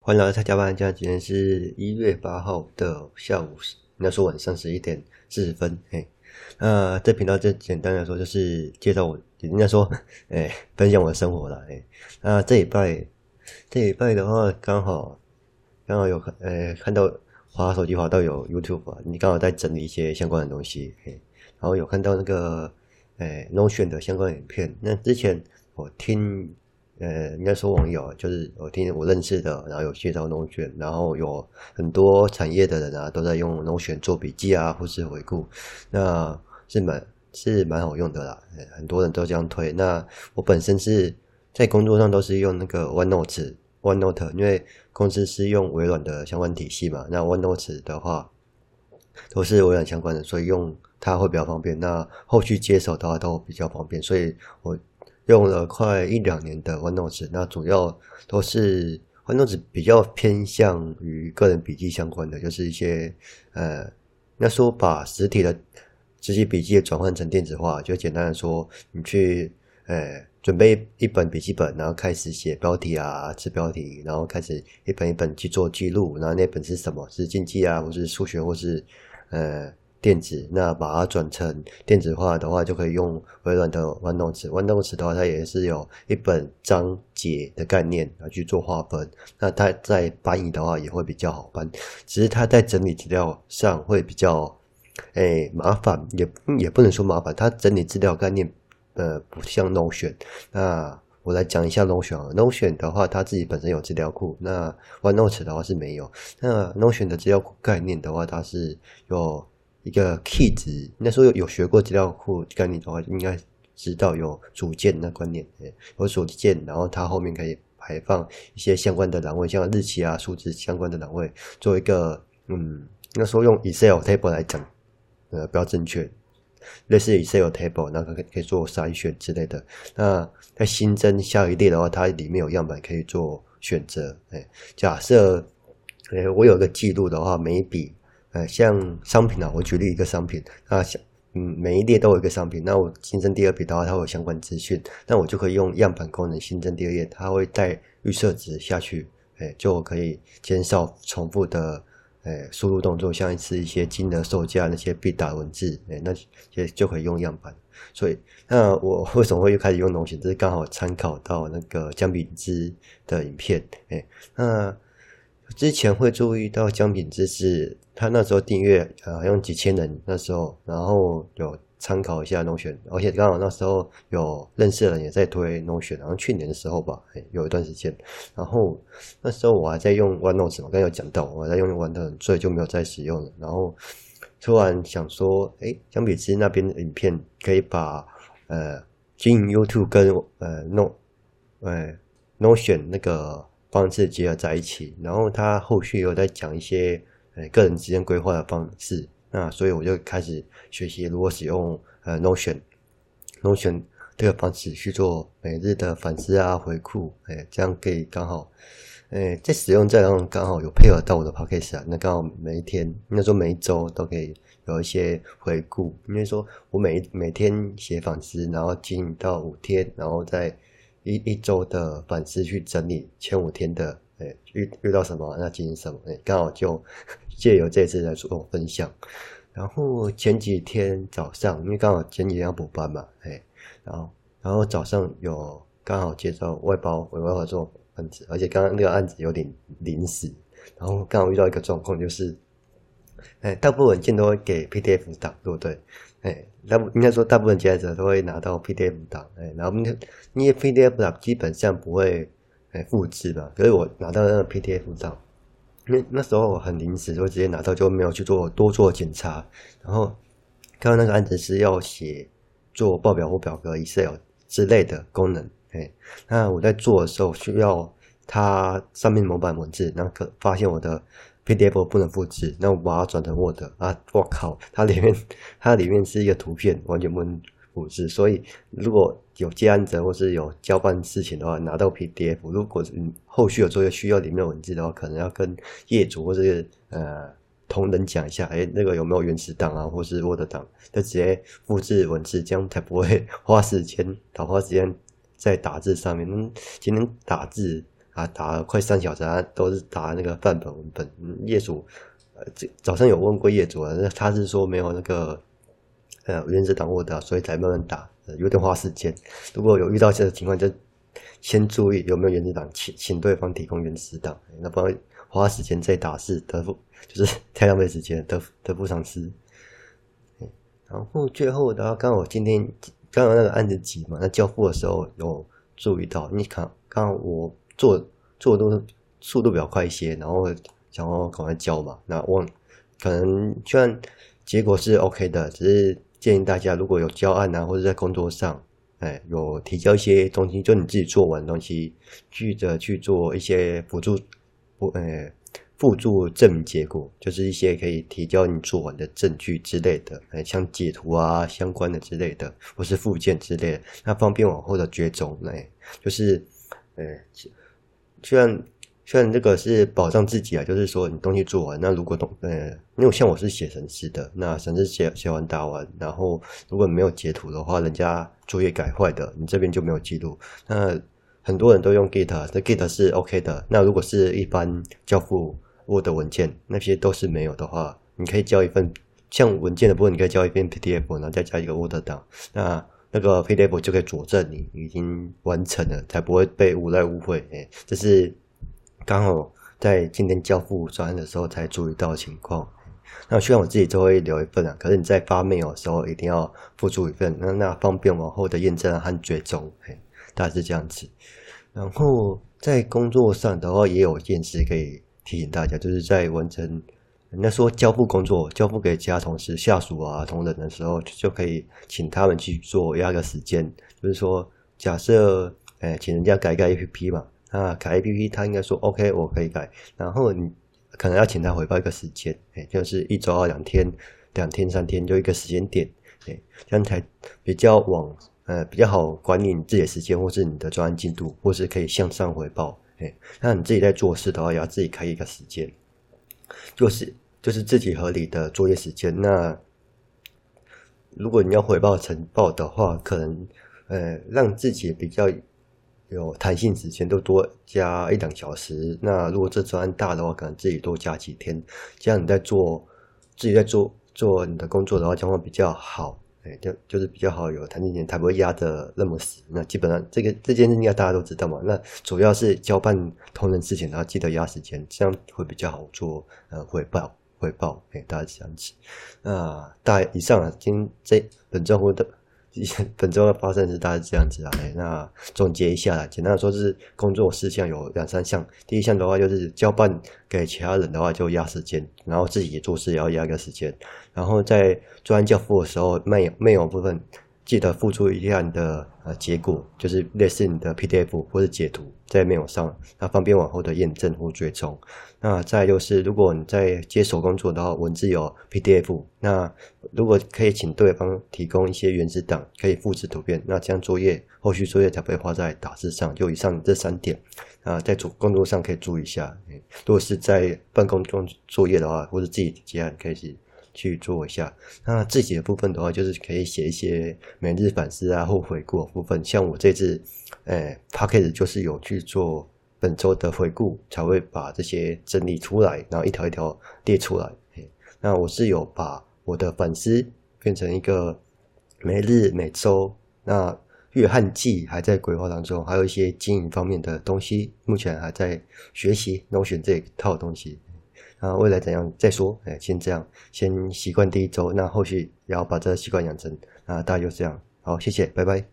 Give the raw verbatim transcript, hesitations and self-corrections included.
欢迎来到蔡家班，家今天是一月八号的下午，应该说晚上十一点四十分。嘿，那这频道就简单来说，就是介绍我，应该说，哎，分享我的生活啦。哎，那这礼拜，这礼拜的话，刚好刚好有呃看到滑手机滑到有 YouTube 啊，你刚好在整理一些相关的东西，嘿，然后有看到那个诶 Notion 的相关影片。那之前我听。呃，应该说网友就是我听我认识的，然后有介绍 Notion，然后有很多产业的人啊都在用 Notion 做笔记啊，或是回顾，那是蛮是蛮好用的啦，很多人都这样推。那我本身是在工作上都是用那个 OneNote OneNote， 因为公司是用微软的相关体系嘛，那 OneNote 的话都是微软相关的，所以用它会比较方便。那后续接手的话都比较方便，所以我用了快一两年的 OneNote， 那主要都是 OneNote 比较偏向于个人笔记相关的，就是一些呃，那说把实体的实体笔记转换成电子化，就简单的说，你去呃准备一本笔记本，然后开始写标题啊、次标题，然后开始一本一本去做记录，然后那本是什么？是经济啊，或是数学，或是呃。电子，那把它转成电子化的话，就可以用微软的 OneNote。OneNote 的话，它也是有一本章节的概念来去做划分。那它在翻译的话也会比较好翻，只是它在整理资料上会比较诶麻烦，也也不能说麻烦，它整理资料概念呃不像 Notion。那我来讲一下 Notion。Notion 的话，它自己本身有资料库，那 OneNote 的话是没有。那 Notion 的资料库概念的话，它是有一个 key 值，那时候有学过资料库概念的话，应该知道有组件那观念，有组件，然后它后面可以排放一些相关的栏位，像日期啊、数字相关的栏位，做一个嗯，那时候用 Excel table 来讲，呃，比较正确，类似 Excel table， 那可可以做筛选之类的。那在新增下一列的话，它里面有样板可以做选择。哎，假设，哎，我有个记录的话，每一笔。呃，像商品啊，我举例一个商品，那嗯，每一列都有一个商品，那我新增第二笔的话，它会有相关资讯，那我就可以用样板功能新增第二页，它会带预设值下去，哎，就可以减少重复的哎输入动作，像是一些金额、售价那些必打文字，哎，那些就可以用样板。所以，那我为什么会又开始用Notion？这是刚好参考到那个江秉之的影片，哎，那。之前会注意到江秉之是他那时候订阅呃好像几千人那时候，然后有参考一下 Notion， 而且刚好那时候有认识的人也在推 Notion， 然后去年的时候吧，有一段时间，然后那时候我还在用 OneNote， 我刚才有讲到我还在用 OneNote， 所以就没有再使用了。然后突然想说，诶，江秉之那边的影片可以把呃经营 YouTube 跟呃 No 呃 Notion 那个方式结合在一起，然后他后续有在讲一些呃个人时间规划的方式，那所以我就开始学习如何使用呃 Notion Notion 这个方式去做每日的反思啊回顾，哎，这样可以刚好，哎，在使用这样刚好有配合到我的 podcast 啊，那刚好每一天，应该说每一周都可以有一些回顾，因为说我每每天写反思，然后经营到五天，然后再一一周的反思去整理前五天的，诶遇遇到什么那进行什么，诶刚好就借由这次来做分享。然后前几天早上，因为刚好前几天要补班嘛，诶然后然后早上有刚好接到外包委外合作案子，而且刚刚那个案子有点临时，然后刚好遇到一个状况，就是哎，大部分文件都会给 P D F 档，对不对？哎，大部应该说大部分接者都会拿到 P D F 档，哎，然后那那些 P D F 档基本上不会哎复制嘛，可是我拿到那个 P D F 档，那那时候我很临时，就直接拿到，就没有去做多做检查，然后看到那个案子是要写做报表或表格 Excel 之类的功能，哎，那我在做的时候需要它上面模板文字，然后可发现我的P D F 不能复制，那我把它转成 Word 啊，我靠，它里面它里面是一个图片，完全不能复制，所以如果有接案者或是有交办事情的话，拿到 P D F， 如果嗯后续有作业需要里面的文字的话，可能要跟业主或是呃同仁讲一下，诶那个有没有原始档啊，或是 Word 档，就直接复制文字，这样才不会花时间，少花时间在打字上面。嗯，今天打字啊，打了快三小时，啊，都是打那个范本文本。嗯、业主，呃，这早上有问过业主啊，那他是说没有那个呃原始档 Word，所以才慢慢打，呃，有点花时间。如果有遇到这个情况，就先注意有没有原始档，请请对方提供原始档，那不然花时间再打是得不就是太浪费时间，得得不偿失。然后最后的话，刚好今天刚好那个案子急嘛，那交付的时候有注意到，你看刚好我做做的都速度比较快一些，然后想要赶快交嘛，那忘可能虽然结果是 OK 的，只是建议大家如果有交案啊，或者在工作上，哎，有提交一些东西，就你自己做完的东西，记得去做一些辅助，不，呃。附注证明结果，就是一些可以提交你做完的证据之类的，哎，像截图啊相关的之类的，或是附件之类的，那方便往后的追踪。哎，就是，呃，虽然虽然这个是保障自己啊，就是说你东西做完，那如果东，呃，因为像我是写程式的，那程式写写完打完，然后如果你没有截图的话，人家作业改坏的，你这边就没有记录。那很多人都用 Git， 那 Git 是 OK 的。那如果是一般交付Word 文件那些都是没有的话，你可以交一份像文件的部分，你可以交一份 P D F， 然后再加一个 Word 档，那那个 P D F 就可以佐证你已经完成了，才不会被无赖误会。哎，这是刚好在今天交付专案的时候才注意到的情况。那虽然我自己都会留一份啊，可是你在发 mail 的时候一定要附注一份，那那方便往后的验证和追踪。哎，大概是这样子。然后在工作上的话，也有一件事可以提醒大家，就是在完成人家说交付工作交付给其他同事下属啊同仁的时候，就可以请他们去做压个时间，就是说假设呃请人家改改 A P P 嘛，那改 A P P 他应该说 OK 我可以改，然后你可能要请他回报一个时间，哎，就是一周啊两天两天三天就一个时间点，哎，这样才比较往呃比较好管理你自己的时间，或是你的专案进度，或是可以向上回报。那你自己在做事的话，也要自己开一个时间，就是就是自己合理的作业时间。那如果你要回报呈报的话，可能呃让自己比较有弹性时间，都多加一两小时。那如果这专案大的话，可能自己多加几天，这样你在做自己在做做你的工作的话，将会比较好。哎，就就是比较好有弹性点，才不会压得那么死。那基本上这个这件事应该大家都知道嘛。那主要是交办同仁事情，然后记得压时间，这样会比较好做呃汇报汇报。哎，大概是这样子。那大以上啊，今这本周或的本周的发生是大概是这样子啊。哎，那总结一下啦，简单的说是工作事项有两三项。第一项的话就是交办给其他人的话就压时间，然后自己做事也要压个时间。然后在专案交付的时候 mail mail 部分记得付出一下你的呃结果，就是类似你的 P D F 或是截图在 mail 上，那方便往后的验证或追踪。那再来就是如果你在接手工作的话，文字有 P D F， 那如果可以请对方提供一些原始档可以复制图片，那这样作业后续作业才不会花在打字上。就以上这三点啊，在工作上可以注意一下。如果是在办公中作业的话，或者自己接案可以是去做一下。那自己的部分的话，就是可以写一些每日反思啊或回顾的部分。像我这次诶 Podcast 就是有去做本周的回顾，才会把这些整理出来，然后一条一条列出来。那我是有把我的反思变成一个每日每周，那月和季还在规划当中，还有一些经营方面的东西目前还在学习Notion这一套东西。啊，未来怎样再说，哎，先这样，先习惯第一周，那后续也要把这个习惯养成，啊，大概就这样，好，谢谢，拜拜。